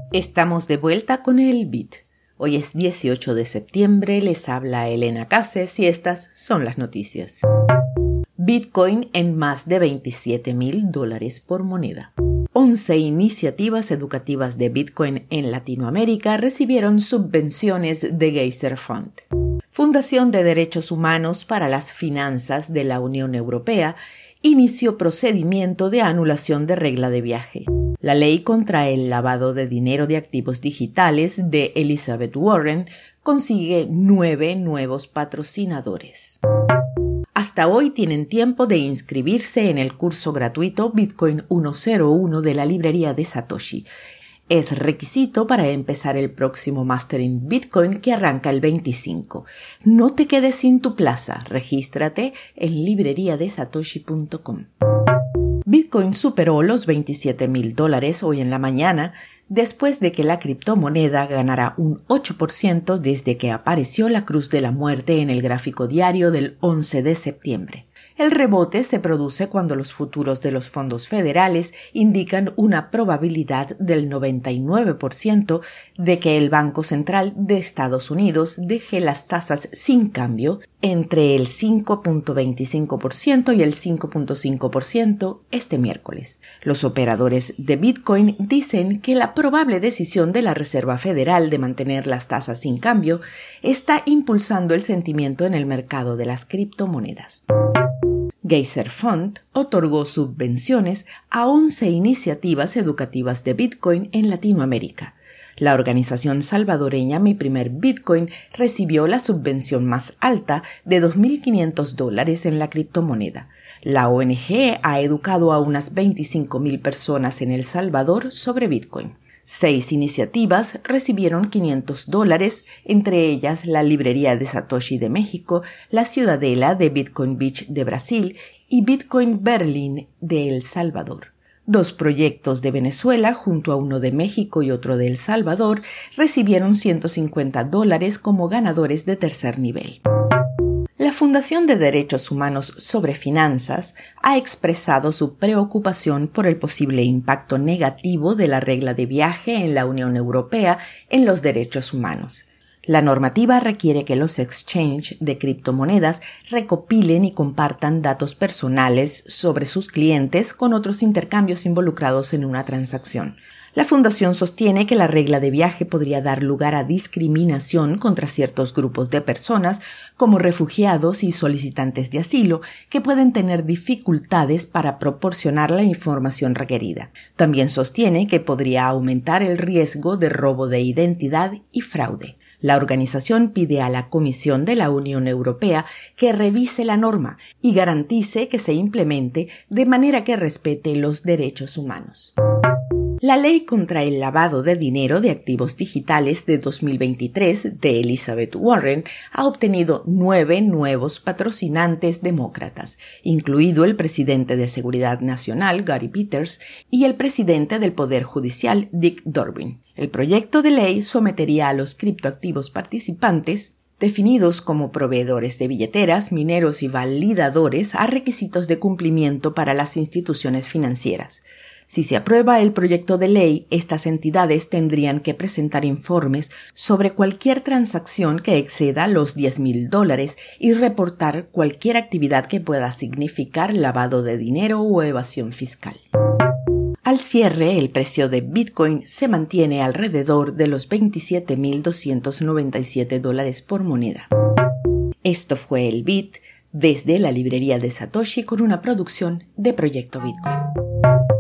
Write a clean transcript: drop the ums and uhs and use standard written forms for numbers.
Estamos de vuelta con el Bit. Hoy es 18 de septiembre, les habla Elena Cases y estas son las noticias. Bitcoin en más de $27,000 por moneda. 11 iniciativas educativas de Bitcoin en Latinoamérica recibieron subvenciones de Geyser Fund. Fundación de Derechos Humanos para las Finanzas de la Unión Europea inició procedimiento de anulación de regla de viaje. La ley contra el lavado de dinero de activos digitales de Elizabeth Warren consigue 9 nuevos patrocinadores. Hasta hoy tienen tiempo de inscribirse en el curso gratuito Bitcoin 101 de la librería de Satoshi. Es requisito para empezar el próximo Máster en Bitcoin que arranca el 25. No te quedes sin tu plaza, regístrate en libreriadesatoshi.com. Bitcoin superó los $27,000 hoy en la mañana, después de que la criptomoneda ganara un 8% desde que apareció la cruz de la muerte en el gráfico diario del 11 de septiembre. El rebote se produce cuando los futuros de los fondos federales indican una probabilidad del 99% de que el Banco Central de Estados Unidos deje las tasas sin cambio entre el 5.25% y el 5.5% este miércoles. Los operadores de Bitcoin dicen que la probable decisión de la Reserva Federal de mantener las tasas sin cambio está impulsando el sentimiento en el mercado de las criptomonedas. Geyser Fund otorgó subvenciones a 11 iniciativas educativas de Bitcoin en Latinoamérica. La organización salvadoreña Mi Primer Bitcoin recibió la subvención más alta de $2,500 en la criptomoneda. La ONG ha educado a unas 25,000 personas en El Salvador sobre Bitcoin. 6 iniciativas recibieron $500, entre ellas la Librería de Satoshi de México, la Ciudadela de Bitcoin Beach de Brasil y Bitcoin Berlin de El Salvador. 2 proyectos de Venezuela, junto a uno de México y otro de El Salvador, recibieron $150 como ganadores de tercer nivel. La Fundación de Derechos Humanos sobre Finanzas ha expresado su preocupación por el posible impacto negativo de la regla de viaje en la Unión Europea en los derechos humanos. La normativa requiere que los exchanges de criptomonedas recopilen y compartan datos personales sobre sus clientes con otros intercambios involucrados en una transacción. La Fundación sostiene que la regla de viaje podría dar lugar a discriminación contra ciertos grupos de personas, como refugiados y solicitantes de asilo, que pueden tener dificultades para proporcionar la información requerida. También sostiene que podría aumentar el riesgo de robo de identidad y fraude. La organización pide a la Comisión de la Unión Europea que revise la norma y garantice que se implemente de manera que respete los derechos humanos. La ley contra el lavado de dinero de activos digitales de 2023 de Elizabeth Warren ha obtenido 9 nuevos patrocinantes demócratas, incluido el presidente de Seguridad Nacional, Gary Peters, y el presidente del Poder Judicial, Dick Durbin. El proyecto de ley sometería a los criptoactivos participantes, definidos como proveedores de billeteras, mineros y validadores, a requisitos de cumplimiento para las instituciones financieras. Si se aprueba el proyecto de ley, estas entidades tendrían que presentar informes sobre cualquier transacción que exceda los $10,000 y reportar cualquier actividad que pueda significar lavado de dinero o evasión fiscal. Al cierre, el precio de Bitcoin se mantiene alrededor de los $27,297 por moneda. Esto fue el Bit desde la librería de Satoshi con una producción de Proyecto Bitcoin.